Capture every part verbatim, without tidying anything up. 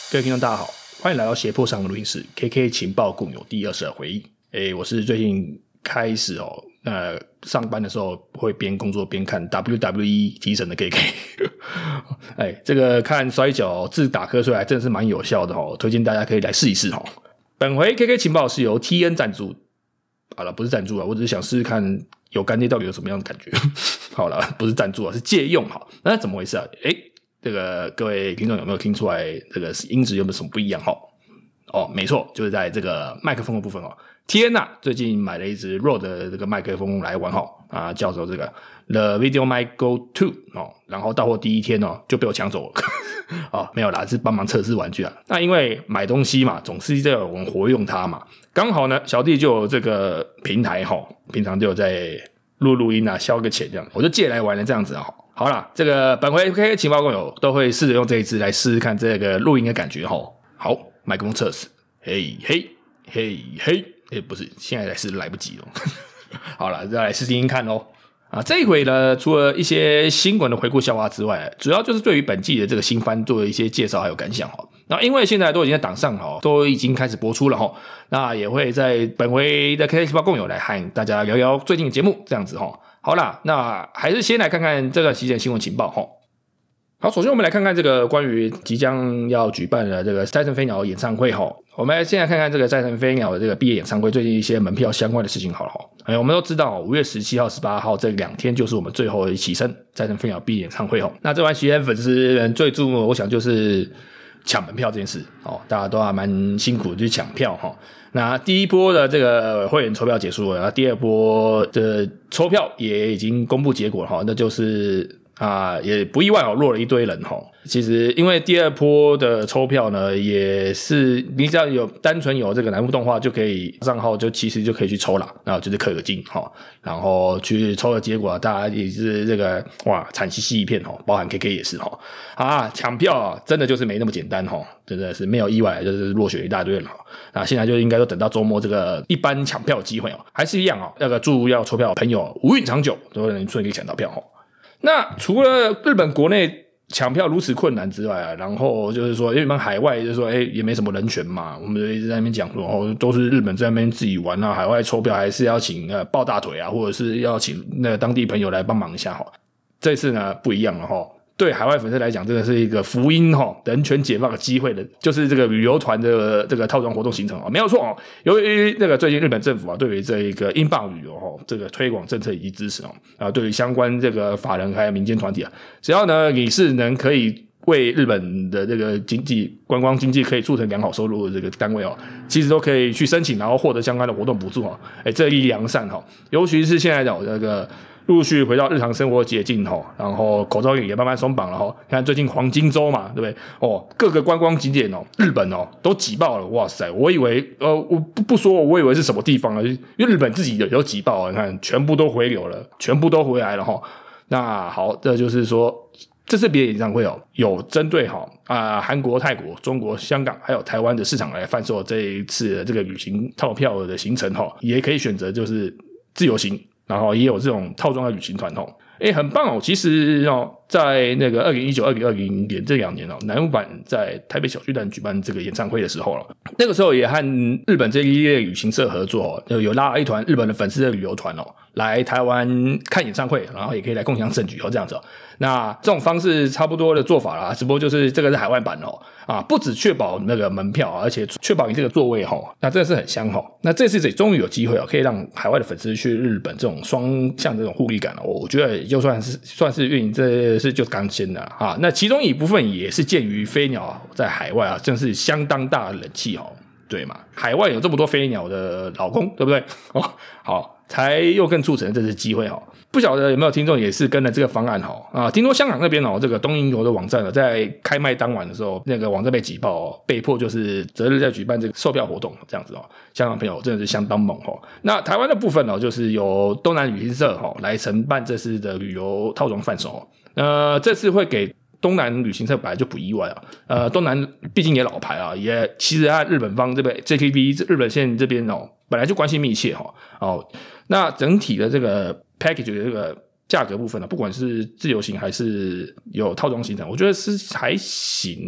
各位听众大家好，欢迎来到斜坡上的录音室 K K 情报共有第二十二回忆。诶，我是最近开始哦，呃，上班的时候会边工作边看 W W E 提神的 K K。哎，这个看摔跤自打瞌睡还真的是蛮有效的哦，推荐大家可以来试一试哦。本回 K K 情报是由 T N 赞助，好了，不是赞助啊，我只是想试试看有干爹到底有什么样的感觉。好了，不是赞助啊，是借用哈。那怎么回事啊？诶，这个各位听众有没有听出来这个音质有没有什么不一样哈？哦，没错，就是在这个麦克风的部分哦。天呐，最近买了一支 Rode 的这个麦克风来玩哈，啊，叫做这个 The Video Mic Go 二哦，然后到货第一天哦就被我抢走了。哦，没有啦，是帮忙测试玩具啊。那因为买东西嘛，总是要我们活用它嘛。刚好呢，小弟就有这个平台哈，平常就有在录录音啊，消个钱这样，我就借来玩了这样子啊。好啦，这个本回 K K 情报共有都会试着用这一支来试试看这个录音的感觉哈。好，麦克风测试，嘿嘿嘿嘿，诶，不是，现在来试来不及了。好啦，再来试听听看咯。啊，这一回呢，除了一些新闻的回顾笑话之外，主要就是对于本季的这个新番做一些介绍还有感想哈。那因为现在都已经在档上哈，都已经开始播出了哈，那也会在本回的 K K 情报共有来和大家聊聊最近的节目这样子哈。好啦，那还是先来看看这个期间新闻情报哈。好，首先我们来看看这个关于即将要举办的这个赛腾飞鸟演唱会哈。我们来先来看看这个赛腾飞鸟的这个毕业演唱会最近一些门票相关的事情好了哈。哎，我们都知道五月十七号、十八号这两天就是我们最后一起身赛腾飞鸟毕业演唱会哈。那这段期间粉丝人最注目，我想就是抢门票这件事哦，大家都还蛮辛苦的去抢票哈。那第一波的这个会员抽票结束了，然后第二波的抽票也已经公布结果了哈，那就是啊，也不意外哦，落了一堆人哈。其实因为第二波的抽票呢，也是你只要有单纯有这个南部动画就可以账号，就其实就可以去抽啦，然后就是氪个金哈，然后去抽的结果，大家也是这个哇惨兮兮一片哈，包含 K K 也是哈啊，抢票啊，真的就是没那么简单哈，真的是没有意外就是落选一大堆人哈。那现在就应该都等到周末这个一般抢票机会哦，还是一样哦，那个祝要抽票的朋友无运长久，都能顺利抢到票哈。那除了日本国内抢票如此困难之外啊，然后就是说，因为我们海外就是说，哎，也没什么人权嘛，我们就一直在那边讲说，哦，都是日本在那边自己玩啊，海外抽票还是要请呃抱大腿啊，或者是要请那个当地朋友来帮忙一下哈。这次呢不一样了哈。对海外粉丝来讲，真的是一个福音哈，人权解放的机会的，就是这个旅游团的这个套装活动行程哦，没有错哦。由于这个最近日本政府啊，对于这一个英镑旅游哈，这个推广政策以及支持哦，啊，对于相关这个法人还有民间团体啊，只要呢你是能可以为日本的这个经济观光经济可以促成良好收入的这个单位哦，其实都可以去申请，然后获得相关的活动补助哦。哎，这一良善哈，尤其是现在的这个陆续回到日常生活解禁吼，然后口罩也慢慢松绑了吼。看最近黄金周嘛，对不对？哦，各个观光景点哦，日本哦都挤爆了，哇塞！我以为呃，我不不说，我以为是什么地方了，因为日本自己有有挤爆啊，你看全部都回流了，全部都回来了哈。那好，这就是说，这次毕业演唱会哦，有针对哈啊韩国、泰国、中国、香港还有台湾的市场来贩售这一次的这个旅行套票的行程哈，也可以选择就是自由行。然后也有这种套装的旅行团哦，诶，很棒哦！其实哦，在那个二零一九、二零二零年这两年哦，南部版在台北小巨蛋举办这个演唱会的时候了，那个时候也和日本这一列旅行社合作哦，有拉一团日本的粉丝的旅游团哦，来台湾看演唱会，然后也可以来共享盛举哦，这样子哦。那这种方式差不多的做法啦，只不过就是这个是海外版哦，啊，不只确保那个门票，而且确保你这个座位哈，那真的是很香哈。那这次终于有机会哦，可以让海外的粉丝去日本这种双向这种互利感哦，我觉得就算是算是运营，这是就刚先的啊。那其中一部分也是鉴于飞鸟在海外啊，真是相当大的人气哦，对嘛？海外有这么多飞鸟的老公，对不对？哦，好，才又更促成这次机会哦。不晓得有没有听众也是跟了这个方案哈啊？听说香港那边哦，这个东瀛游的网站哦，在开卖当晚的时候，那个网站被挤爆哦，被迫就是择日在举办这个售票活动这样子哦。香港朋友真的是相当猛哦。那台湾的部分哦，就是由东南旅行社哦来承办这次的旅游套装贩售哦。呃，这次会给东南旅行社本来就不意外啊，呃，东南毕竟也老牌啊，也其实和日本方这边 J T B 日本线这边哦，本来就关系密切哈哦。那整体的这个 package 的这个价格部分呢，不管是自由行还是有套装行程，我觉得是还行啦。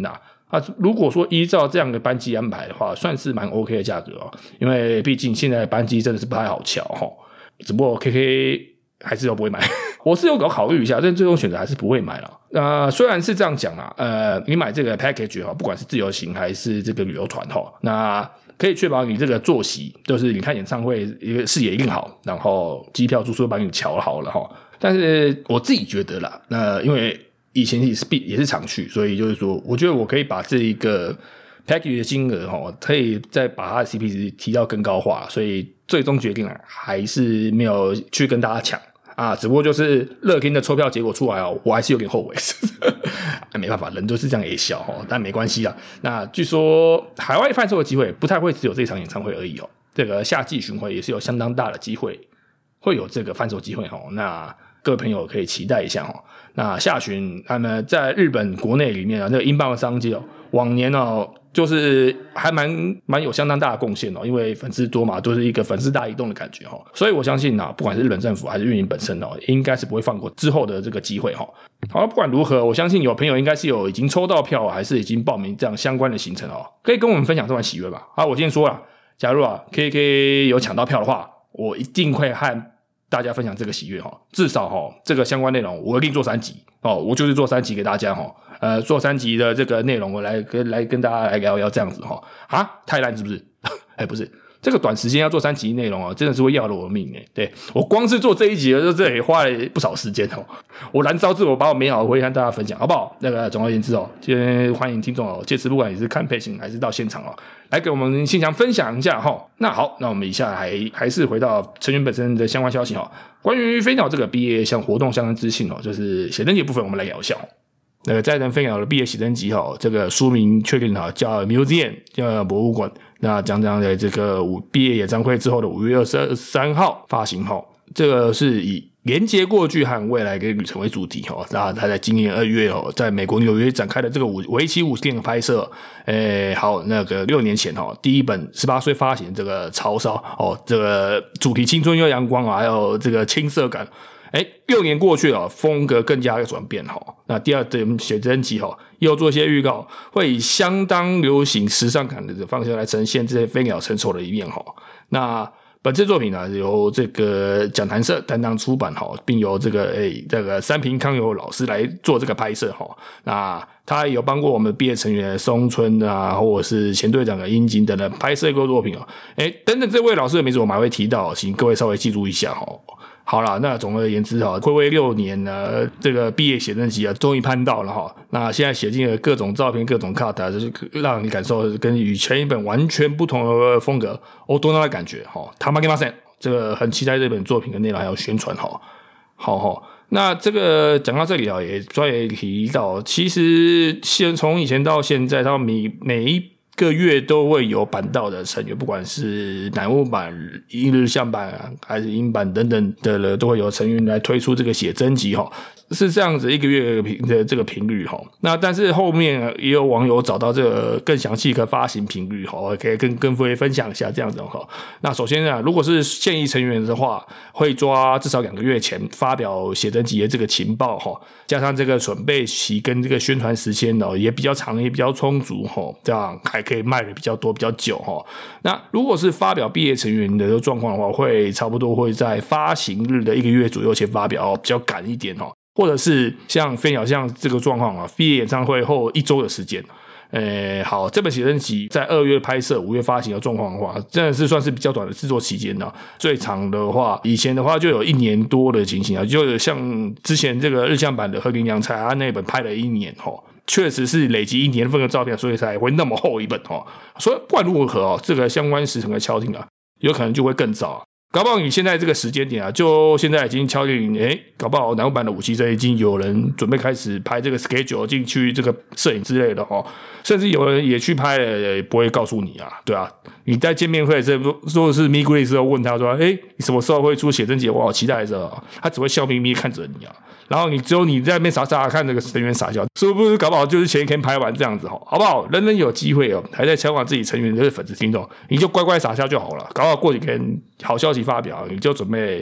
啊，如果说依照这样的班机安排的话，算是蛮 OK 的价格哦，因为毕竟现在的班机真的是不太好瞧齁。只不过 K K 还是都不会买，我是有考虑一下，但最终选择还是不会买了。那虽然是这样讲啦，呃，你买这个 package 哈，不管是自由行还是这个旅游团哈，那可以确保你这个坐席，就是你看演唱会一个视野一定好，然后机票住宿都帮你瞧好了哈。但是我自己觉得啦，那因为以前也是必也是常去，所以就是说，我觉得我可以把这一个 package 的金额齁，可以再把它的 C P 值提到更高化，所以最终决定啊，还是没有去跟大家抢啊。只不过就是乐天的抽票结果出来哦，我还是有点后悔，没办法，人都是这样也小齁，但没关系啊。那据说海外贩售的机会不太会只有这场演唱会而已哦，这个夏季巡回也是有相当大的机会会有这个贩售机会齁。那各位朋友可以期待一下齁。那下旬他们在日本国内里面啊，那个英镑的商机哦，往年哦就是还蛮蛮有相当大的贡献哦，因为粉丝多嘛，都是一个粉丝大移动的感觉哦，所以我相信啊，不管是日本政府还是运营本身哦，应该是不会放过之后的这个机会哈。好，不管如何，我相信有朋友应该是有已经抽到票，还是已经报名这样相关的行程哦，可以跟我们分享这段喜悦吧。好，我先说了，假如啊 K K 有抢到票的话，我一定会和大家分享这个喜悦齁，至少齁这个相关内容我一定做三集哦，我就是做三集给大家齁，呃，做三集的这个内容我来跟来跟大家来聊聊这样子齁，啊，太烂是不是？哎，不是，这个短时间要做三集内容哦，真的是会要了我的命哎，对我光是做这一集就这里花了不少时间哦，我燃烧自我把我美好的回忆和大家分享，好不好？那个总而言之哦，今天欢迎听众哦，届时不管你是看配信还是到现场哦。来给我们信箱分享一下齁。那好，那我们以下还还是回到成员本身的相关消息齁。关于飞鸟这个毕业像活动相关资讯哦，就是写真集部分，我们来聊一下齁。那个在人飞鸟的毕业写真集齁，这个书名确定好叫 Museum， 叫博物馆。那将将在这个毕业演唱会之后的五月二十三号发行齁。这个是以连接过去和未来跟旅程为主题哦，那他在今年二月哦，在美国纽约展开的这个为期五天的拍摄，诶，好，那个六年前哦，第一本十八岁发行这个潮烧哦，这个主题青春又阳光啊，还有这个青涩感，诶，六年过去了，风格更加的转变哈。那第二本写真集哈，又做一些预告，会以相当流行时尚感的方向来呈现这些飞鸟成熟的一面哈。那本次作品呢，由这个讲谈社担当出版哈，并由这个诶这个三平康友老师来做这个拍摄哈。那他有帮过我们毕业成员松村啊，或者是前队长的樱井等等拍摄过作品哦。诶，等等这位老师的名字我们还会提到，请各位稍微记住一下哈。好啦，那总而言之哈，暌违六年呢，这个毕业写真集啊，终于攀到了哈。那现在写进了各种照片、各种 cut， 就是让你感受跟与前一本完全不同的风格、欧多纳的感觉哈。他妈给马森，这个很期待这本作品的内容还有宣传哈。好哈，那这个讲到这里啊，也专业提到，其实先从以前到现在，他每每一个月都会有版道的成员，不管是乃木坂、一日向版啊，还是英版等等的了，都会有成员来推出这个写真集哈，是这样子一个月的这个频率哈。那但是后面也有网友找到这个更详细的发行频率哈，可以跟跟各位分享一下这样子哈。那首先啊，如果是现役成员的话，会抓至少两个月前发表写真集的这个情报哈，加上这个准备期跟这个宣传时间哦也比较长，也比较充足哈，这样还可以卖的比较多比较久齁。那如果是发表毕业成员的状况的话，会差不多会在发行日的一个月左右前发表，比较赶一点齁。或者是像飞鸟像这个状况啊，毕业演唱会后一周的时间。诶，好，这本写真集在二月拍摄，五月发行的状况的话，真的是算是比较短的制作期间了。最长的话，以前的话就有一年多的情形啊，就有像之前这个日向版的和平洋菜，他那本拍了一年齁。确实是累积一年份的照片，所以才会那么厚一本哦。所以不管如何哦，这个相关时程的敲定啊，有可能就会更早啊。搞不好你现在这个时间点啊，就现在已经敲定，诶，搞不好南部版的武器生已经有人准备开始拍这个 schedule 进去这个摄影之类的哦，甚至有人也去拍了，也不会告诉你啊，对啊。你在见面会的时候，如果是 Miguri 的时候问他说，诶，你什么时候会出写真集？我好期待的时候，他只会笑眯眯看着你啊。然后你只有你在那边傻傻看这个成员傻笑，是不是搞不好就是前一天拍完这样子好不好？人人有机会哦，还在敲往自己成员的粉丝听众，你就乖乖傻笑就好了。搞不好过几天好消息发表，你就准备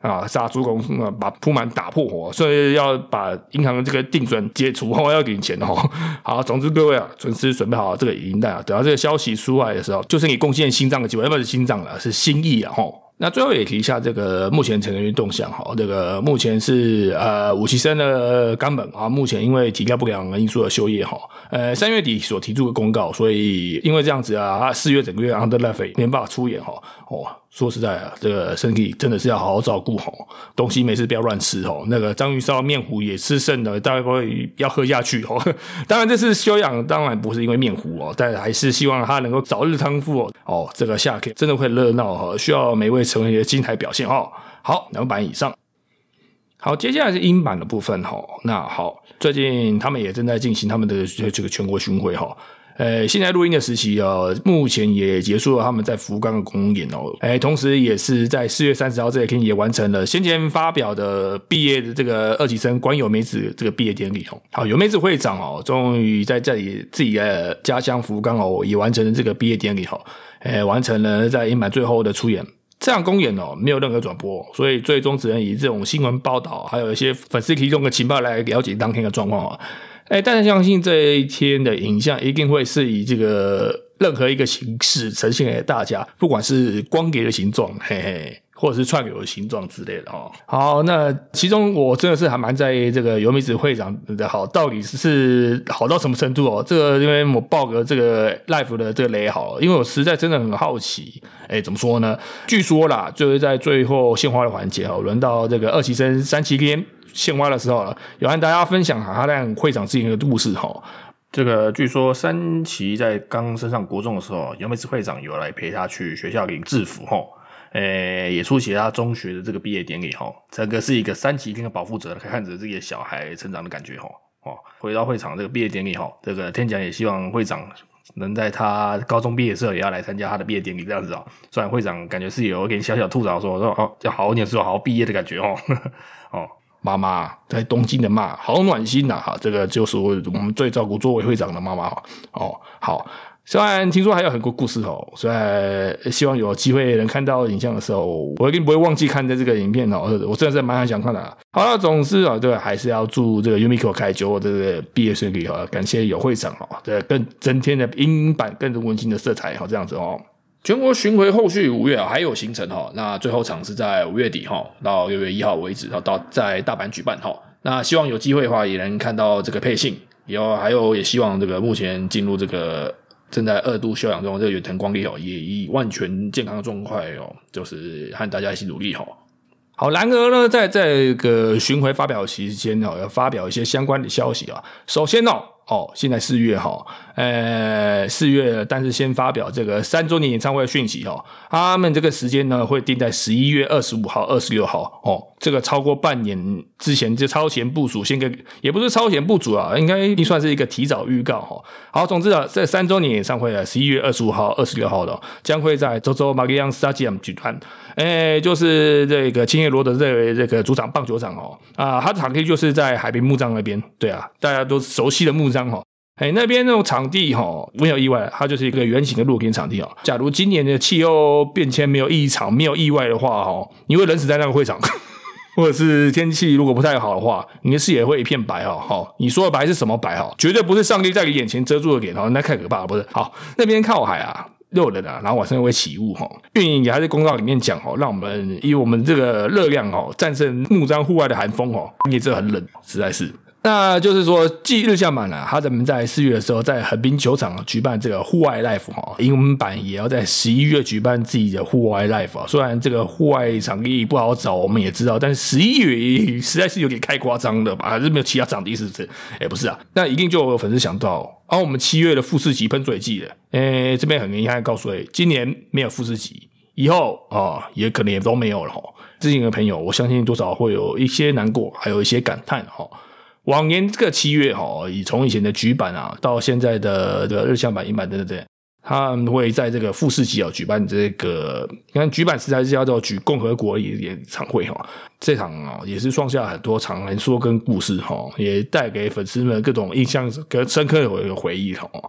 啊，杀猪工、啊、把铺满打破火，所以要把银行这个定存解除后要领钱哦。好，总之各位啊，准时准备好这个影音带啊，等到这个消息出来的时候，就是你贡献心脏的机会，要不是心脏了，是心意啊吼。那最后也提一下这个目前成员动向哈，这个目前是呃武崎生的冈本啊，目前因为体调不良因素而休业哈，呃三月底所提出的公告，所以因为这样子啊，他四月整个月 Under Life 没办法出演哈哦。说实在啊，这个身体真的是要好好照顾吼，东西没事不要乱吃吼。那个章鱼烧面糊也吃剩了，大概会要喝下去吼。当然这次休养当然不是因为面糊哦，但还是希望他能够早日康复哦。哦，这个下 K 真的会热闹哈，需要每位成员的精彩表现哦。好，两版以上。好，接下来是英版的部分哈。那好，最近他们也正在进行他们的这个全国巡回哈。呃，现在录音的时期哦，目前也结束了他们在福冈的公演哦，哎，同时也是在四月三十号这一天也完成了先前发表的毕业的这个二期生关有美子这个毕业典礼哦。好，有美子会长哦，终于在这里自己的家乡福冈哦，也完成了这个毕业典礼哦，哎，完成了在英版最后的出演。这场公演哦，没有任何转播，所以最终只能以这种新闻报道，还有一些粉丝提供的情报来了解当天的状况哦。哎，但是相信这一天的影像一定会是以这个任何一个形式呈现给大家，不管是光碟的形状，嘿嘿，或者是串流的形状之类的哦。好，那其中我真的是还蛮在意这个由美子会长的好，到底是好到什么程度哦？这个因为我报个这个 live 的这个雷好了，因为我实在真的很好奇。哎，怎么说呢？据说啦，就是在最后献花的环节哦，轮到这个二期生山崎天献花的时候了，有和大家分享他让会长之前的故事哈。这个据说山崎在刚升上国中的时候，由美子会长有来陪他去学校领制服哈，诶，也出席他中学的这个毕业典礼哈。整个是一个山崎天的保护者，看着这个小孩成长的感觉哈。哦，回到会长这个毕业典礼哈，这个天讲也希望会长能在他高中毕业的时候也要来参加他的毕业典礼这样子哦。虽然会长感觉是有点小小吐槽说说哦，要好好念书，好好毕业的感觉哦。哦。妈妈在东京的妈，好暖心呐、啊！哈，这个就是我们最照顾作为会长的妈妈哈。哦，好，虽然听说还有很多故事哦，虽然希望有机会能看到影像的时候，我一定不会忘记看的这个影片哦。我真的是蛮想看的、啊。好了，总之啊，对，还是要祝这个 Yumiko 开九这个毕业顺利哈，感谢有会长哦，这更增添了英版更温馨的色彩哈，这样子哦。全国巡回后续五月啊还有行程哈，那最后场是在五月底哈，到六月一号为止，到在大阪举办哈。那希望有机会的话也能看到这个配信，以后还有也希望这个目前进入这个正在二度休养中的这个远藤光力哦，也以万全健康的状态哦，就是和大家一起努力哈。好，然而呢，在这个巡回发表期间哦，要发表一些相关的消息啊。首先哦。哦，现在四月哈，呃，四月，但是先发表这个三周年演唱会的讯息哈，他们这个时间呢会定在十一月二十五号、二十六号哦，这个超过半年之前就超前部署，先给也不是超前部署啊，应该算是一个提早预告哈。好，总之啊，这三周年演唱会啊，十一月二十五号、二十六号的、哦、将会在周周马里昂斯塔吉姆举办，诶，就是这个青叶罗的这个这个主场棒球场哦，啊，它的场地就是在海滨木葬那边，对啊，大家都熟悉的木葬。哎，那边那种场地哈，没有意外，它就是一个圆形的露天场地哦。假如今年的气候变迁没有异常、没有意外的话哈，你会冷死在那个会场，或者是天气如果不太好的话，你的视野会一片白哈。好，你说的白是什么白哈？绝对不是上帝在你眼前遮住了脸哈，那太可怕了，不是？好，那边靠海啊。热冷啊，然后晚上又会起雾哈。运营也还在公告里面讲哦，让我们以我们这个热量哦，战胜木章户外的寒风哦，也这很冷，实在是。那就是说，继日向版啊，他们在四月的时候在横滨球场举办这个户外 live 哈，英文版也要在十一月举办自己的户外 live 啊。虽然这个户外场地不好找，我们也知道，但是十一月实在是有点太夸张了吧？还是没有其他场地是不是？哎，不是啊，那一定就有粉丝想到，啊，我们七月的富士急喷水季了，哎，这边很遗憾告诉你，今年没有富士急，以后啊也可能也都没有了哈。之前的朋友，我相信多少会有一些难过，还有一些感叹哈。往年这个七月齁，以从以前的局版啊，到现在的这个日向版、英版等等等，他们会在这个富士急啊举办这个，你看局版实在是叫做举共和国演唱会齁，这场啊也是创下很多场人说跟故事齁，也带给粉丝们各种印象跟深刻的回忆齁。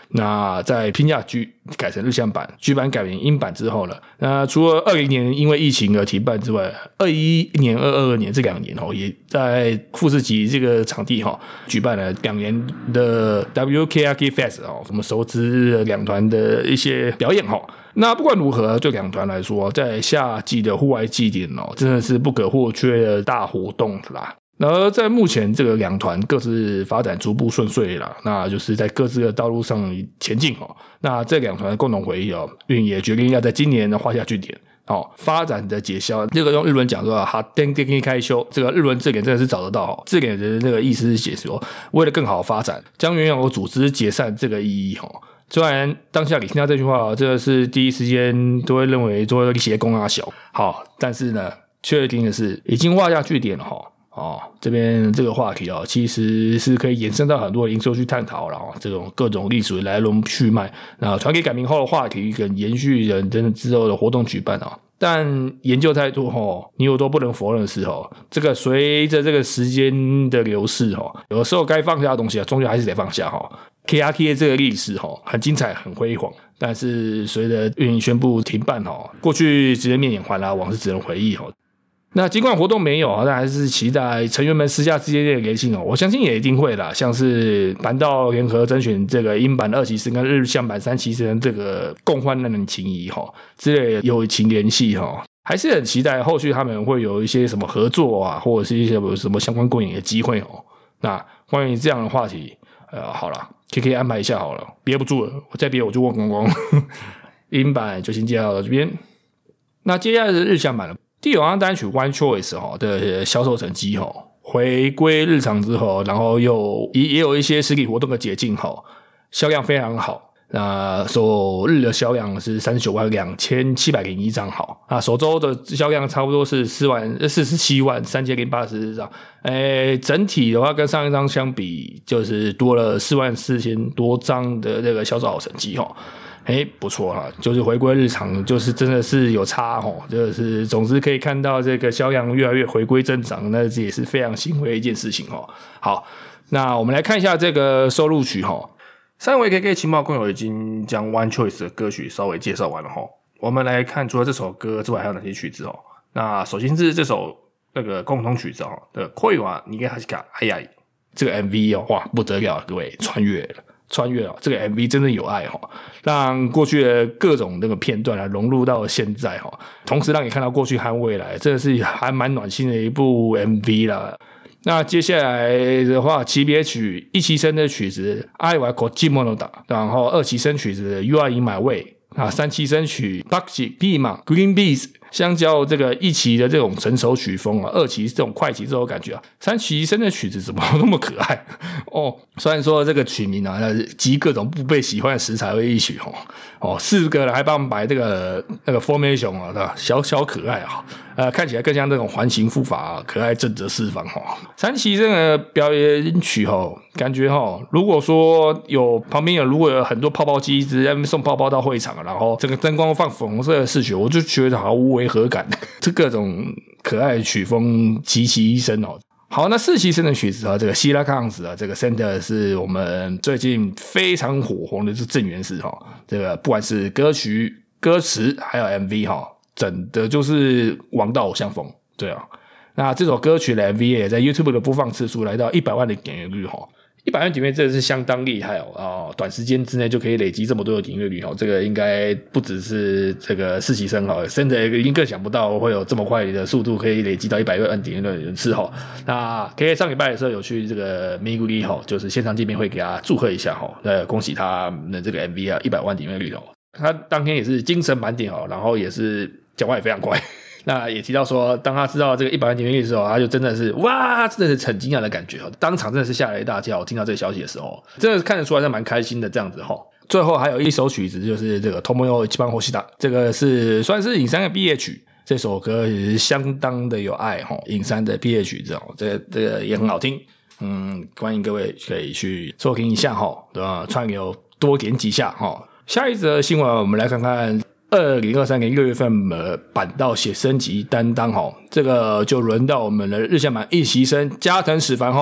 那在拼价 G 改成日向版 ，G 版改成英版之后呢，那除了二零年因为疫情而停办之外，二一年、二二年这两年哦，也在富士急这个场地哈举办了两年的 W K R K Fest 哦，我们熟知两团的一些表演哈。那不管如何，对两团来说，在夏季的户外祭典哦，真的是不可或缺的大活动啦。而在目前这个两团各自发展逐步顺遂啦，那就是在各自的道路上前进哦。那这两团的共同回忆哦，运也决定要在今年画下句点哦。发展的解消，这个用日文讲说哈电电开修，这个日文字典真的是找得到哦。字典的那个意思是解说，为了更好发展，将原有组织解散这个意义哦。虽然当下你听到这句话，这个是第一时间都会认为做斜攻啊小好，但是呢，确定的是已经画下句点了哈。哦，这边这个话题哦，其实是可以延伸到很多因素去探讨了哦，这种各种历史来龙去脉，那团体改名后的话题跟延续人等等之后的活动举办哦。但研究太多哦，你有多不能否认的是哦，这个随着这个时间的流逝哦，有的时候该放下的东西啊，终究还是得放下哦。K R K 这个历史哦，很精彩，很辉煌，但是随着运营宣布停办哦，过去只能面眼还啦，往事只能回忆哦。那尽管活动没有，但还是期待成员们私下之间的联系哦。我相信也一定会啦，像是板道联合甄选这个英版二期生跟日向版三期生这个共患难的情谊哈之类的友情联系哈，还是很期待后续他们会有一些什么合作啊，或者是一些什么相关共演的机会哦。那关于这样的话题，呃，好啦 K K 安排一下好了，憋不住了，我再憋我就忘光光。英版就先介绍到这边，那接下来是日向版了。第九张单曲 One Choice 的销售成绩回归日常之后，然后又也有一些实体活动的解禁，销量非常好。那首日的销量是三十九万两千七百零一张，好，那首周的销量差不多是四万四十七万三千零八十张。诶，整体的话跟上一张相比，就是多了四万四千多张的这个销售好成绩齁。哎，不错啦，就是回归日常，就是真的是有差齁，就是总之可以看到这个销量越来越回归正常，那这也是非常欣慰的一件事情齁。好，那我们来看一下这个收录曲齁。三位 K K 情报共有已经将 One Choice 的歌曲稍微介绍完了齁，我们来看除了这首歌之外还有哪些曲子齁。那首先是这首那个共同曲子齁的恋は逃げ恥か哎呀，这个 M V 哦，哇不得了，各位穿越了。穿越啊，这个 M V 真的有爱哈，让过去的各种那个片段啊融入到现在哈，同时让你看到过去和未来，真的是还蛮暖心的一部 M V 啦。那接下来的话，级别曲一期生的曲子《愛はこっちものだ》，然后二期生曲子《You Are in My Way》啊，三期生曲《Bugsy Pima Green Beans》。相较这个一期的这种成熟曲风啊，二期这种快期这种感觉啊，三期生的曲子怎么那么可爱哦？虽然说这个曲名啊，集各种不被喜欢的食材为一曲哦，哦，四个人还帮我们摆这个那个 formation 啊，对吧？小小可爱啊，呃，看起来更像这种环形复法啊，可爱正则四方哈。三期生的表演曲哈，感觉哈，如果说有旁边有如果有很多泡泡机一直在那边送泡泡到会场，然后这个灯光放粉红色的视觉，我就觉得毫无违和感，这各种可爱的曲风集其一身哦。好，那四期生的曲子啊，这个希拉康子啊，这个 center 是我们最近非常火红的，是郑元氏哈。这个不管是歌曲、歌词还有 M V 哈，整的就是王道偶像风，对啊。那这首歌曲的 M V 也在 YouTube 的播放次数来到一百万的点阅率哈。一百万点阅真的是相当厉害哦！哦，短时间之内就可以累积这么多的点阅率哦，这个应该不只是这个实习生哈，甚至已经更想不到会有这么快的速度可以累积到一百万点阅的人次哈。那 K K 上礼拜的时候有去这个 Meguri 哈，就是线上见面会给他祝贺一下哈，那恭喜他的这个 M V 啊一百万点阅率哦。他当天也是精神满点哦，然后也是讲话也非常快。那也提到说，当他知道这个一百万点阅率的时候，他就真的是哇，真的是很惊讶的感觉，当场真的是吓了一大跳。听到这个消息的时候，真的看得出来是蛮开心的这样子哈。最后还有一首曲子，就是这个 Tomoyo Ichiban Hoshida， 这个是算是影山的毕业曲。这首歌也是相当的有爱哈，影山的毕业曲子哦，这个这个也很好听。嗯，欢迎各位可以去收听一下哈，对吧？串流多点几下哈。下一则新闻，我们来看看。二零二三年六月份呃板道写升级担当齁，这个就轮到我们的日向版一期生加藤史帆齁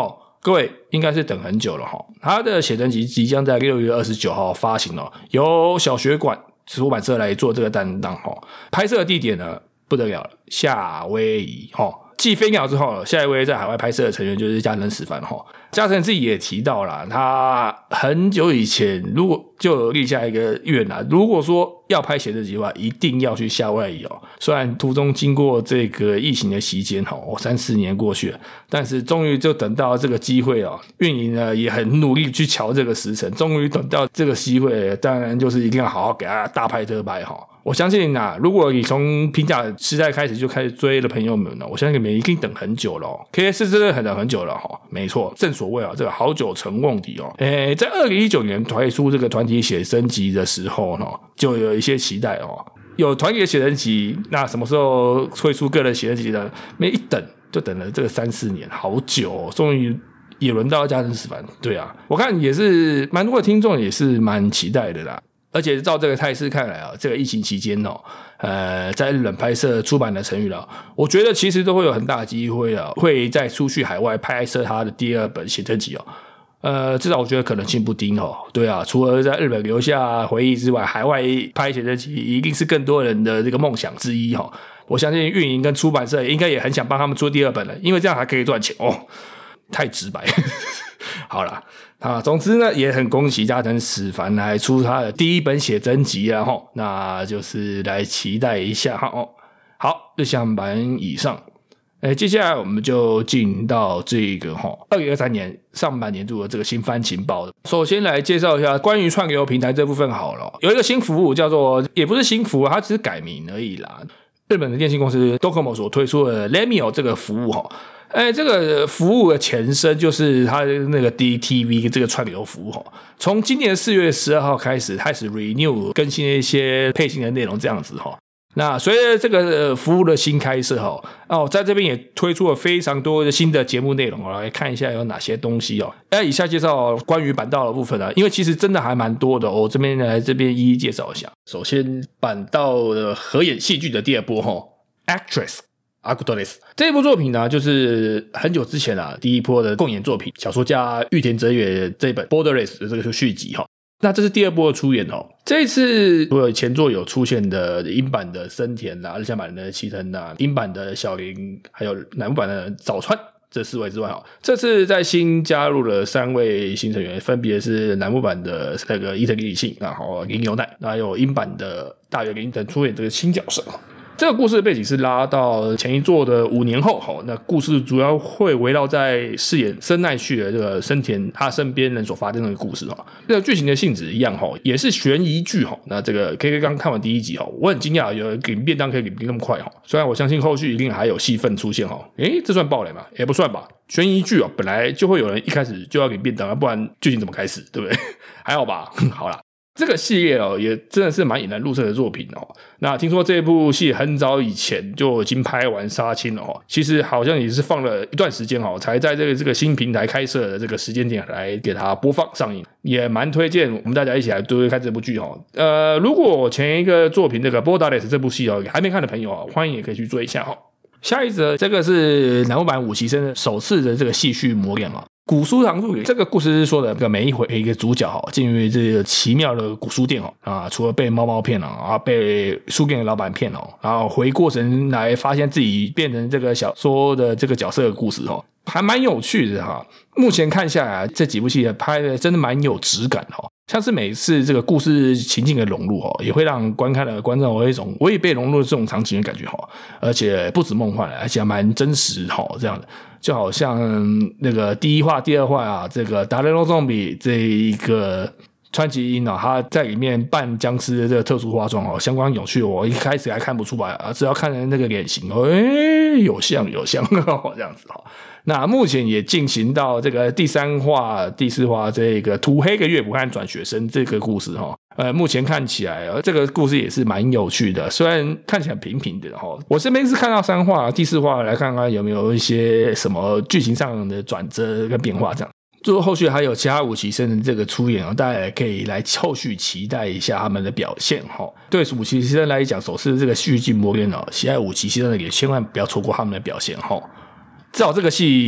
各位应该是等很久了齁。他的写真集即将在六月二十九号发行了，由小学馆出版社来做这个担当齁。拍摄的地点呢不得了了，夏威夷齁。继飞鸟之后，下一位在海外拍摄的成员就是加藤史帆齁。加藤自己也提到啦，他很久以前如果就有立下一个愿啦，如果说要拍写真集的话，一定要去夏威夷哦。虽然途中经过这个疫情的期间哦，三四年过去了，但是终于就等到这个机会哦。运营呢也很努力去瞧这个时辰，终于等到这个机会，当然就是一定要好好给他大拍特拍哈。我相信啊，如果你从平假时代开始就开始追的朋友们呢，我相信你们一定等很久了、哦。K S 真的很等很久了哈、哦，没错，正所谓啊，这个好久成瓮底哦。诶，在二零一九年推出这个团体写真集的时候呢，就有一些期待哦。有团体的写真集，那什么时候推出个人写真集呢？没一等就等了这个三四年，好久、哦，终于也轮到加藤史帆。对啊，我看也是蛮多的听众也是蛮期待的啦。而且照这个态势看来啊，这个疫情期间哦，呃，在日本拍摄出版的成语了，我觉得其实都会有很大的机会啊，会再出去海外拍摄他的第二本写真集哦。呃，至少我觉得可能性不低哦。对啊，除了在日本留下回忆之外，海外拍写真集一定是更多人的这个梦想之一哦。我相信运营跟出版社应该也很想帮他们做第二本了，因为这样还可以赚钱哦。太直白。好啦。啊，总之呢，也很恭喜加藤史帆来出他的第一本写真集啊，吼，那就是来期待一下哈哦。好，日向版以上，哎，接下来我们就进到这个哈二零二三年上半年度的这个新番情报。首先来介绍一下关于串流平台这部分好了，有一个新服务叫做，也不是新服务，它只是改名而已啦。日本的电信公司 Docomo 所推出的 Lemio 这个服务哈。哎，这个服务的前身就是它的那个 D T V 这个串流服务哈。从今年四月十二号开始，开始 renew 更新一些配信的内容这样子哈。那随着这个服务的新开设哈，哦，在这边也推出了非常多的新的节目内容哦，来看一下有哪些东西哦。那以下介绍关于板道的部分啊，因为其实真的还蛮多的哦，我这边来这边一一介绍一下。首先，板道的合演戏剧的第二波哈 ，Actress。这部作品呢，就是很久之前啊，第一波的共演作品，小说家玉田哲也这本 Borderless 的这个续集哈。那这是第二波的出演哦。这一次除了前作有出现的英版的森田啦、日向版的齐藤啦、英版的小林，还有南部版的早川这四位之外，这次在新加入了三位新成员，分别是南部版的那个伊藤理幸，然后林由奈，还有英版的大原林等出演这个新角色。这个故事的背景是拉到前一作的五年后，那故事主要会围绕在饰演深奈绪的这个深田他身边人所发生的故事。这个剧情的性质一样，也是悬疑剧。那这个 K K 刚看完第一集，我很惊讶有人领便当可以领那么快，虽然我相信后续一定还有戏份出现。诶，这算爆雷吗？也不算吧，悬疑剧本来就会有人一开始就要领便当，不然剧情怎么开始，对不对？还好吧。好啦，这个系列哦，也真的是蛮引人入胜的作品哦。那听说这部戏很早以前就已经拍完杀青了哦，其实好像也是放了一段时间哦，才在这个这个新平台开设的这个时间点来给它播放上映，也蛮推荐我们大家一起来追追看这部剧哦。呃，如果前一个作品这个 Borderless 这部戏哦还没看的朋友哦，欢迎也可以去追一下哦。下一则这个是南部版武崎生首次的这个戏剧磨练啊。古书堂助理这个故事是说的，这个每一回一个主角哈进入这个奇妙的古书店哦啊，除了被猫猫骗了啊，被书店的老板骗了，然后回过神来发现自己变成这个小说的这个角色的故事哦，还蛮有趣的哈。目前看下来，这几部戏拍的真的蛮有质感哈。像是每次这个故事情境的融入哦，也会让观看的观众有一种我也被融入这种场景的感觉哈，而且不止梦幻，而且还蛮真实哈，这样的。就好像那个第一话、第二话啊，这个达雷诺总比这一个川崎英啊，他在里面扮僵尸的这个特殊化妆哦，相关有趣。我一开始还看不出来啊，只要看那个脸型，哎，有像有像这样子哈。那目前也进行到这个第三话、第四话这个涂黑个乐谱和转学生这个故事哈。呃，目前看起来这个故事也是蛮有趣的，虽然看起来平平的哈。我这边是看到三话、第四话来看看有没有一些什么剧情上的转折跟变化这样。最后后续还有其他武崎生的这个出演，大家也可以来后续期待一下他们的表现哈。对武崎生来讲，首次这个戏剧磨练哦，喜爱武崎生的也千万不要错过他们的表现哈。至少这个戏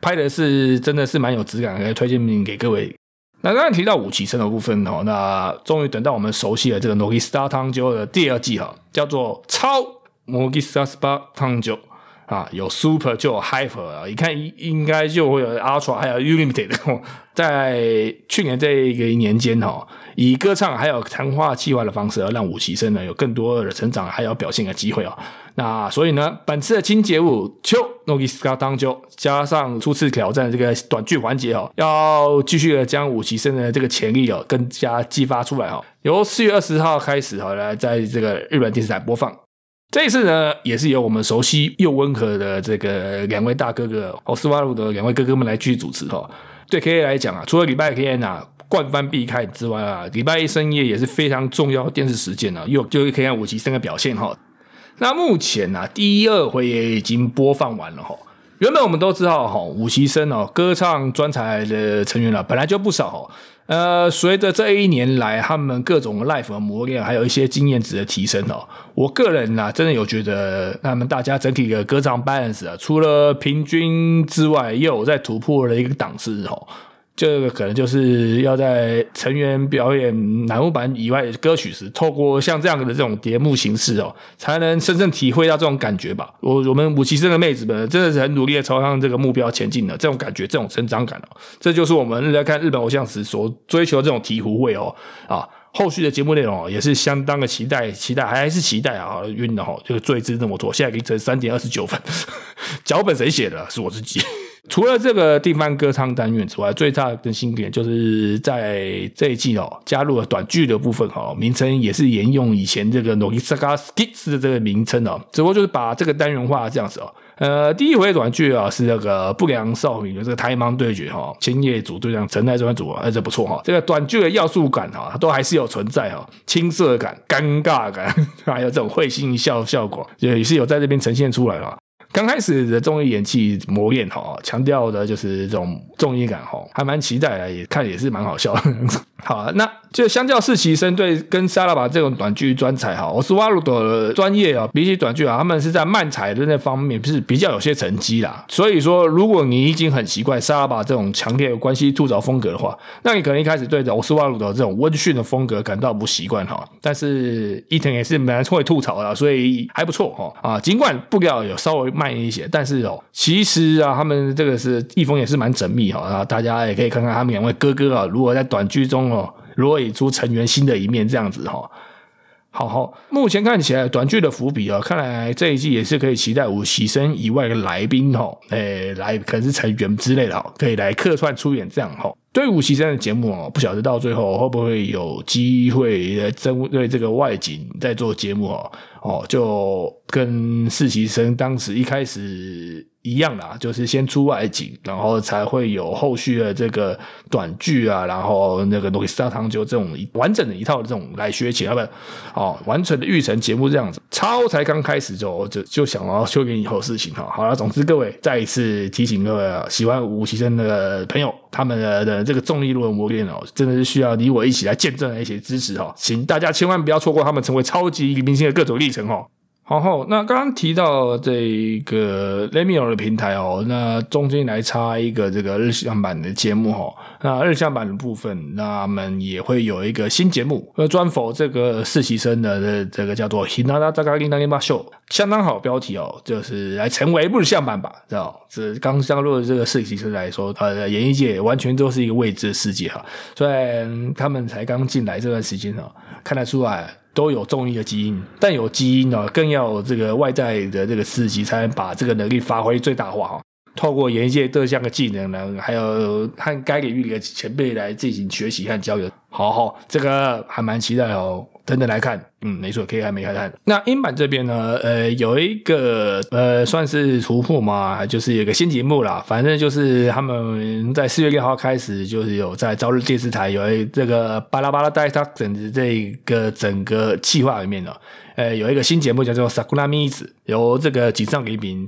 拍的是真的是蛮有质感，可以推荐给各位。那刚才提到武崎胜的部分哦，那终于等到我们熟悉的这个 Nogista Tanjo 的第二季哈，叫做超 Nogista Tanjo 啊，有 Super 就有 Hyper 啊，一看应该就会有 Ultra 还有 Unlimited 哦。在去年这个一年間哈，以歌唱还有谈话企划的方式，让武崎胜呢有更多的成长还有表现的机会哦。那所以呢，本次的新节目秋 Nogista Tanjo 加上初次挑战这个短剧环节哦，要继续的将武崎胜的这个潜力哦更加激发出来哦。由四月二十号开始哦，来在这个日本电视台播放。这一次呢，也是由我们熟悉又温和的这个两位大哥哥欧斯瓦鲁的两位哥哥们来继续主持哦。对 K A 来讲啊，除了礼拜天啊惯番必看之外啊，礼拜一深夜也是非常重要的电视时间啊，又就可以看武崎胜的表现哈。那目前啊，第二回也已经播放完了哈。原本我们都知道哈，武崎胜哦，歌唱专才的成员啊，本来就不少哈。呃，随着这一年来他们各种 live 的磨练，还有一些经验值的提升哦，我个人啊，真的有觉得他们大家整体的歌唱 balance 啊，除了平均之外，又有在突破了一个档次哦。这个可能就是要在成员表演乃木坂以外的歌曲时，透过像这样的这种节目形式哦，才能深深体会到这种感觉吧。我我们武崎胜的妹子们真的是很努力的朝向这个目标前进的，这种感觉，这种成长感哦，这就是我们在看日本偶像时所追求的这种醍醐味哦啊。后续的节目内容也是相当的期待，期待还是期待啊！晕了哈，这个罪字那么多，现在凌晨三点二十九分，脚本谁写的？是我自己。除了这个地方歌唱单元之外，最大的更新点就是在这一季哦，加入了短剧的部分哦，名称也是沿用以前这个 Nogisaka Skits 的这个名称哦，只不过就是把这个单元化这样子哦。呃，第一回短剧啊是那个不良少女的这个台盲对决哈，千叶组对上陈奈川组啊，这不错哈。这个短剧的要素感哈，都还是有存在哈，青涩感、尴尬感，还有这种会心一笑效果，也是有在这边呈现出来了。刚开始的综艺演技磨练哈，强调的就是这种综艺感哈，还蛮期待的，也看也是蛮好笑的。好，那就相较实习生对跟沙拉巴这种短剧专才哈，欧斯瓦鲁的专业啊，比起短剧啊，他们是在漫才的那方面是比较有些成绩啦。所以说，如果你已经很习惯沙拉巴这种强烈的关系吐槽风格的话，那你可能一开始对欧斯瓦鲁的这种温驯的风格感到不习惯哈。但是伊藤也是蛮会吐槽的，所以还不错哈啊。尽管布料有稍微慢一些，但是哦，其实啊，他们这个是艺风也是蛮缜密哈，啊，大家也可以看看他们两位哥哥啊，如果在短剧中哦，如演出成员新的一面这样子哈。好好，目前看起来短剧的伏笔啊，看来这一季也是可以期待武崎胜以外的来宾哈，诶，来可能是成员之类的哈，可以来客串出演这样哈。对武崎胜的节目哦，不晓得到最后会不会有机会来针对这个外景在做节目哦，哦，就跟实习生当时一开始一样啦，就是先出外景，然后才会有后续的这个短剧啊，然后那个 Nogista Tanjo 这种完整的一套的这种来学起来，不哦，完全的育成节目这样子。超才刚开始就就就想要修给以后事情哈。好了，总之各位再一次提醒各位啊，喜欢武崎胜的朋友，他们的的这个重力路的磨练哦，真的是需要你我一起来见证的一些支持哈，请大家千万不要错过他们成为超级明星的各种历程哈。好后，那刚刚提到这个 Lemio 的平台哦，那中间来插一个这个日向版的节目哈。那日向版的部分，那我们也会有一个新节目，呃，专否这个实习生的这个叫做 Hinata Zakari Nagima Show， 相当好标题哦，就是来成为日向版吧，知道？这刚加入的这个实习生来说，呃，演艺界完全都是一个未知的世界哈。虽然他们才刚进来这段时间哦，看得出来都有综艺的基因，但有基因呢，更要有这个外在的这个刺激，才能把这个能力发挥最大化哈。透过演艺界各项的技能呢，还有和该领域的前辈来进行学习和交流。好好，这个还蛮期待哦，等等来看。嗯，没错，可以还没看。那英版这边呢，呃，有一个呃，算是突破嘛，就是有个新节目啦。反正就是他们在四月六号开始，就是有在朝日电视台有一这个巴拉巴拉大他整的这个整个企划里面呢，呃，有一个新节目叫做 Sakura Miz， 由这个井上黎明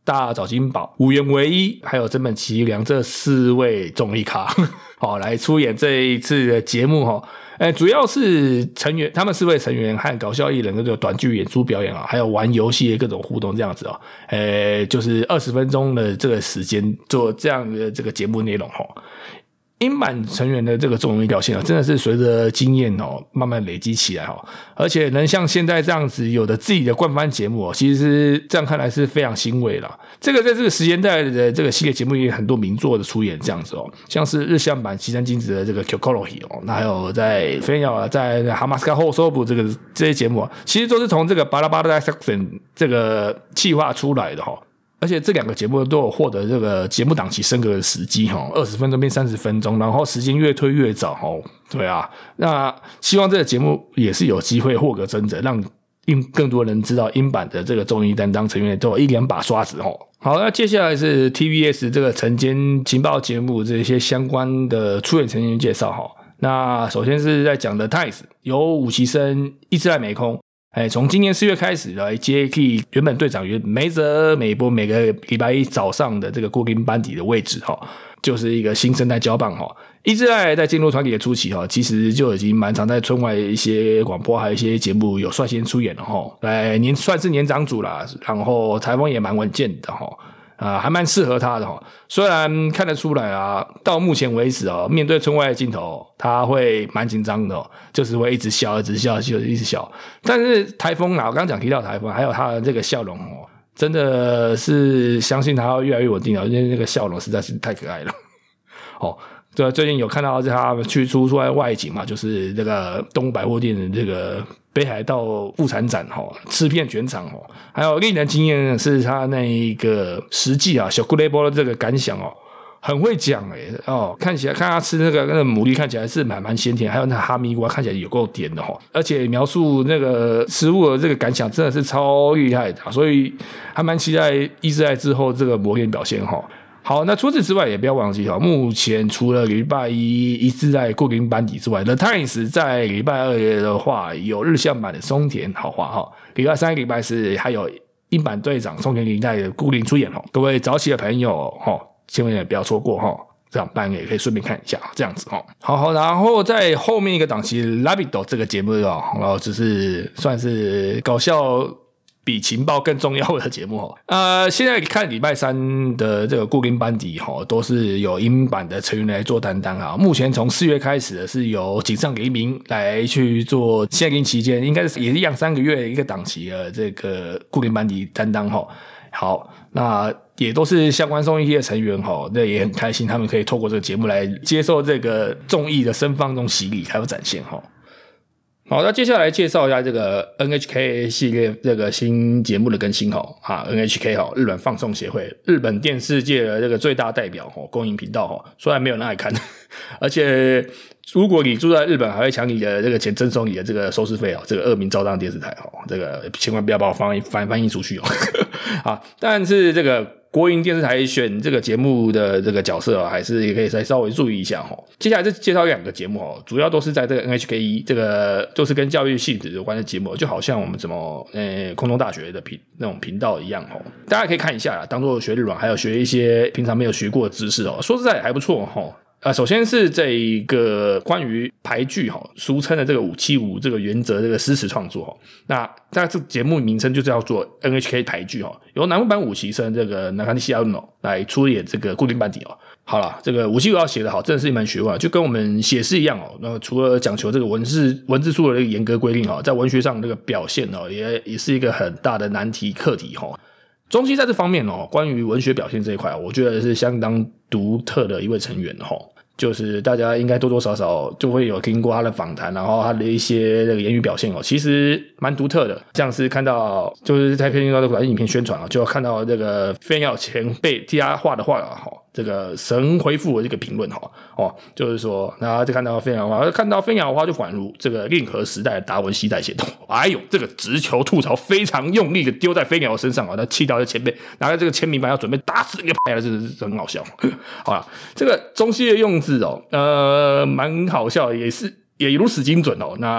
大岛金宝、五原唯一还有真本齐良这四位综艺咖好来出演这一次的节目齁。呃，主要是成员，他们四位成员和搞笑艺人都有短剧演出表演啊，还有玩游戏的各种互动这样子哦。呃，就是二十分钟的这个时间做这样的这个节目内容齁。英版成员的这个综艺表现啊，真的是随着经验哦慢慢累积起来哦，而且能像现在这样子有的自己的冠番节目哦，其实这样看来是非常欣慰啦。这个在这个时间代的这个系列节目也有很多名作的出演这样子哦，像是日向版西山金子的这个 Kyokolohi 哦，那还有在飞鸟啊，在哈马斯卡后收部这个这些节目啊，其实都是从这个巴拉巴拉 section 这个企划出来的哈、哦。而且这两个节目都有获得这个节目档期升格的时机齁，二十分钟变三十分钟，然后时间越推越早齁。对啊，那希望这个节目也是有机会获得增值，让更多人知道英版的这个综艺担当成员都有一两把刷子齁。好，那接下来是 T V S 这个晨间情报节目这些相关的出演成员介绍齁。那首先是在讲的 Tice 由武崎生、一直濑美空。哎，从今年四月开始来接替原本队长原梅泽美波每个礼拜一早上的这个固定班底的位置哈，就是一个新生代交棒哈。一直在在进入团体的初期哈，其实就已经蛮常在村外一些广播还有一些节目有率先出演了哈，来年算是年长组啦，然后台风也蛮稳健的哈。啊，还蛮适合他的齁。虽然看得出来啊，到目前为止哦，面对村外的镜头，他会蛮紧张的哦，就是会一直笑，一直笑，就一直笑。但是台风啊，我刚刚讲提到台风，还有他的这个笑容哦，真的是相信他会越来越稳定了，因为那个笑容实在是太可爱了。哦，对，最近有看到他去出出来外景嘛，就是这个东百货店的这个北海道物产展齁，吃遍全场齁。还有令人惊艳的是他那一个实际啊小古雷波的这个感想哦，很会讲诶、欸、哦，看起来看他吃那个那个牡蛎看起来是蛮蛮鲜甜，还有那哈密瓜看起来有够甜的齁，而且描述那个食物的这个感想真的是超厉害的，所以还蛮期待一直在之后这个磨练表现齁。好，那除此之外也不要忘记哈，目前除了礼拜一一直在固定班底之外 ，The Times 在礼拜二的话有日向版的松田好花哈，礼拜三、礼拜四还有英版队长松田绫奈的固定出演哈，各位早起的朋友哈，千万也不要错过哈，这样班也可以顺便看一下，这样子哈。好好，然后在后面一个档期 ，Rabbit 这个节目哦，然后只是算是搞笑。比情报更重要的节目齁，呃，现在看礼拜三的这个固定班底齁，都是有英版的成员来做担当啊。目前从四月开始的是由井上黎明来去做限定期间，应该是也是一样三个月一个档期的这个固定班底担当齁。好，那也都是相关综艺的成员齁，那也很开心，他们可以透过这个节目来接受这个综艺的声放中洗礼还有展现齁。好，那接下来介绍一下这个 N H K 系列这个新节目的更新齁啊 ，N H K 齁，日本放送协会，日本电视界的这个最大代表齁，公营频道齁，虽然没有人爱看，而且如果你住在日本，还会抢你的这个钱征收你的这个收视费哦，这个恶名昭彰电视台齁，这个千万不要把我翻译翻翻译出去哦，啊，但是这个。国营电视台选这个节目的这个角色、哦、还是也可以再稍微注意一下、哦、接下来是介绍两个节目、哦、主要都是在这个 N H K 一 这个都是跟教育性质有关的节目，就好像我们什么呃空中大学的频那种频道一样、哦、大家可以看一下啦，当做学日文，还有学一些平常没有学过的知识哦。说实在还不错哦。啊，首先是这一个关于排剧哈，俗称的这个五七五这个原则这个诗词创作哈，那在这个节目名称就叫做 N H K 排剧哈，由南部版武崎生这个中西亚诺来出演这个固定班底哦。好啦，这个武崎五要写得好，真的是一门学问，就跟我们写诗一样哦。那除了讲求这个文字文字数的这个严格规定哦，在文学上这个表现哦，也也是一个很大的难题课题哈。中西在这方面哦，关于文学表现这一块，我觉得是相当独特的一位成员哈。就是大家应该多多少少就会有听过他的访谈，然后他的一些那个言语表现哦，其实蛮独特的。像是看到就是在看到这个影片宣传啊，就看到这个飞鸟前辈替他画的画哈，这个神回复的这个评论哈哦，就是说，然后就看到飞鸟花，看到飞鸟花就宛如这个令和时代的达文西在写动，哎呦，这个直球吐槽非常用力的丢在飞鸟的身上啊，他气到这前辈拿着这个签名板要准备打死那个牌了，真的是很好笑。好啦，这个中西的用字哦，呃，蛮好笑的，也是也如此精准哦。那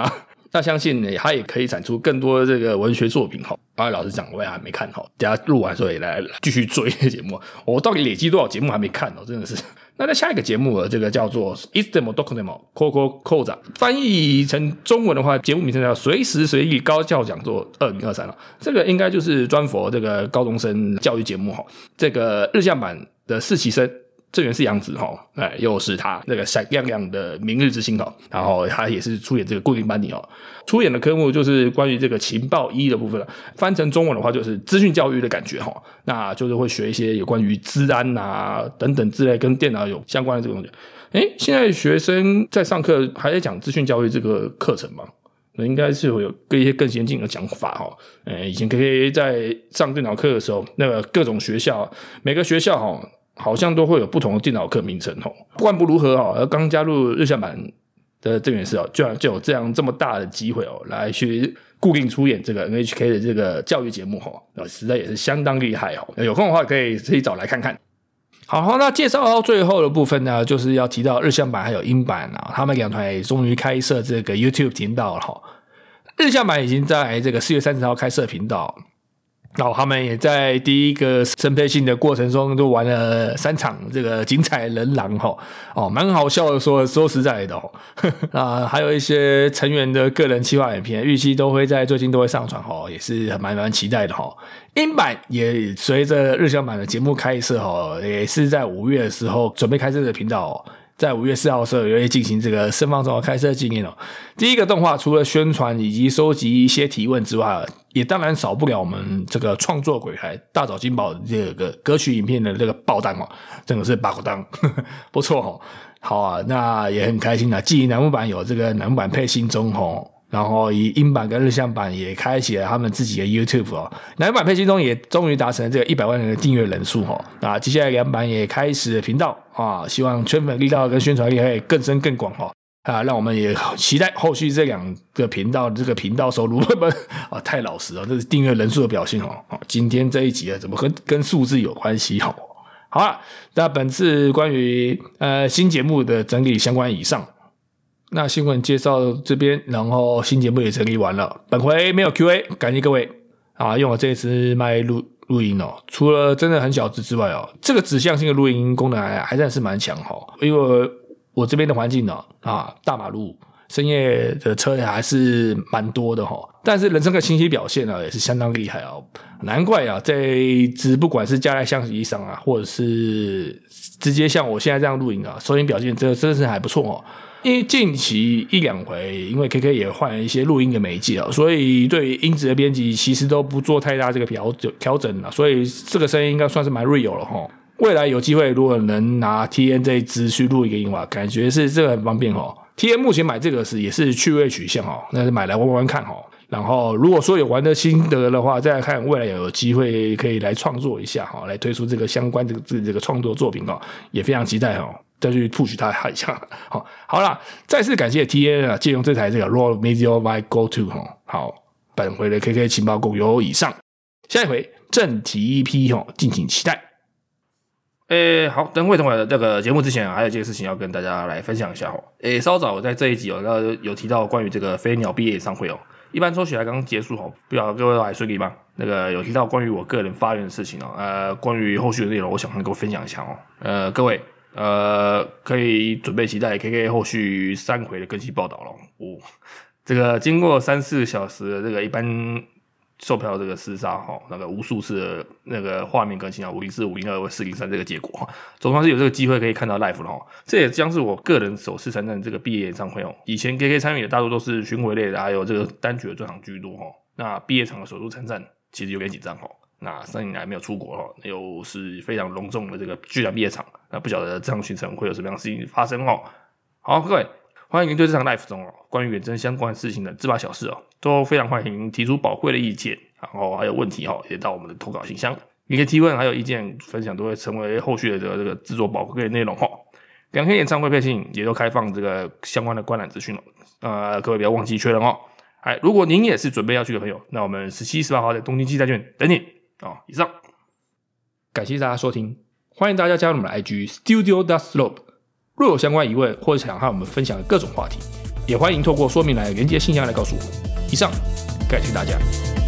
那相信呢，他也可以产出更多这个文学作品哈。啊，老实讲，我也还没看哈，等下录完之后也来继续追这节目。我到底累积多少节目还没看哦，真的是。那在下一个节目这个叫做 Istemo Dokonemo Koko Koza， 翻译成中文的话，节目名称叫随时随地高教讲座二零二三了。这个应该就是专佛这个高中生教育节目哈。这个日向版的四期生。郑元是杨子齁，哎，又是他那个闪亮亮的明日之星齁，然后他也是出演这个固定班底齁，出演的科目就是关于这个情报一的部分了，翻成中文的话就是资讯教育的感觉齁，那就是会学一些有关于资安啊等等之类跟电脑有相关的这个东西。诶，现在学生在上课还在讲资讯教育这个课程吗？那应该是会有一些更先进的讲法齁。呃，以前 K K 在上电脑课的时候，那个各种学校，每个学校齁。好像都会有不同的电脑课名称齁。不管不如何齁，而刚加入日向版的郑元是齁，居然就有这样这么大的机会齁，来去固定出演这个 N H K 的这个教育节目齁，实在也是相当厉害齁。有空的话可以自己找来看看。好，那介绍到最后的部分呢，就是要提到日向版还有英版啊，他们两团也终于开设这个 YouTube 频道了齁。日向版已经在这个四月三十号开设频道。然后他们也在第一个生配信的过程中就玩了三场这个精彩人狼齁，哦，蛮好笑的说说实在的哦。那还有一些成员的个人企划影片，预期都会在最近都会上传齁，也是蛮蛮期待的齁。英版也随着日向版的节目开设齁，也是在五月的时候准备开设的频道哦。在五月四号的时候也会进行这个盛放中的开设纪念哦。第一个动画除了宣传以及收集一些提问之外，也当然少不了我们这个创作鬼才大找金宝这个歌曲影片的这个爆弹哦，真的是爆弹，不错哦。好啊，那也很开心啊。继楠木版有这个楠木版配信中哦。然后以英版跟日向版也开启了他们自己的 YouTube 哦，南版配信中也终于达成了这个一百万人的订阅人数哦。那接下来两版也开始了频道啊，希望圈粉力道跟宣传力可以更深更广哦。啊，让我们也期待后续这两个频道的这个频道收入啊，太老实了，这是订阅人数的表现哦。今天这一集啊，怎么跟跟数字有关系哦？好了，那本次关于呃新节目的整理相关以上。那新闻介绍这边，然后新节目也整理完了。本回没有 Q A， 感谢各位啊！用了这支麦录录音哦，除了真的很小支之外哦，这个指向性的录音功能还还算是蛮强哈。因为我这边的环境呢啊，大马路深夜的车还是蛮多的哈，但是人声的清晰表现呢也是相当厉害哦。难怪啊，这一支不管是加在相机上啊，或者是直接像我现在这样录音啊，收音表现真的真的是还不错哦。因为近期一两回，因为 K K 也换了一些录音的媒介啊，所以对于音质的编辑其实都不做太大这个调整调整了，所以这个声音应该算是蛮 real 了齁。未来有机会如果能拿 T N 这一支去录一个音的话，感觉是这个很方便齁。T N 目前买这个是也是趣味取向齁，那是买来玩玩看齁。然后如果说有玩的心得的话，再来看未来有机会可以来创作一下齁，来推出这个相关的这个创作作品齁，也非常期待齁。再去 push 他一下，好，好啦，再次感谢 T N 啊，借用这台这个 Raw Media by Go To 哈，好，本回的 K K 情报共有以上，下一回正题 E P 哈，敬请期待。诶、欸，好，等会等会的这个节目之前，还有一件事情要跟大家来分享一下哦。诶、欸，稍早我在这一集有有提到关于这个飞鸟毕业演唱会哦，一般抽起来刚结束哦，不知道各位还顺利吗？那个有提到关于我个人发言的事情哦，呃，关于后续的内容，我想跟各位分享一下哦。呃，各位。呃，可以准备期待 K K 后续三回的更新报道了。哦，这个经过三四个小时的这个一般售票这个厮杀哈，那个无数次的那个画面更新啊，五零四、五零二、四零三这个结果哈，总算是有这个机会可以看到 live 了哈。这也将是我个人首次参战这个毕业演唱会哦。以前 K K 参与的大多都是巡回类的，还有这个单曲的专场居多哈。那毕业场的首度参战，其实有点紧张哈。那三年来没有出国齁，又是非常隆重的这个巨蛋毕业场，那不晓得这场行程会有什么样的事情发生齁。好，各位欢迎对这场 live 中哦，关于远征相关事情的自把小事哦，都非常欢迎提出宝贵的意见，然后还有问题齁，也到我们的投稿信箱，你可以提问还有意见分享，都会成为后续的这个这个制作宝贵的内容齁。两天演唱会配信也都开放这个相关的观览资讯了，呃，各位不要忘记确认哦。哎，如果您也是准备要去的朋友，那我们十七、十八号在东京季赛券等你。哦，以上，感谢大家收听，欢迎大家加入我们的 I G Studio Slope。若有相关疑问或者想和我们分享的各种话题， 也欢迎透过说明栏连接信箱来告诉我们。以上，感谢大家。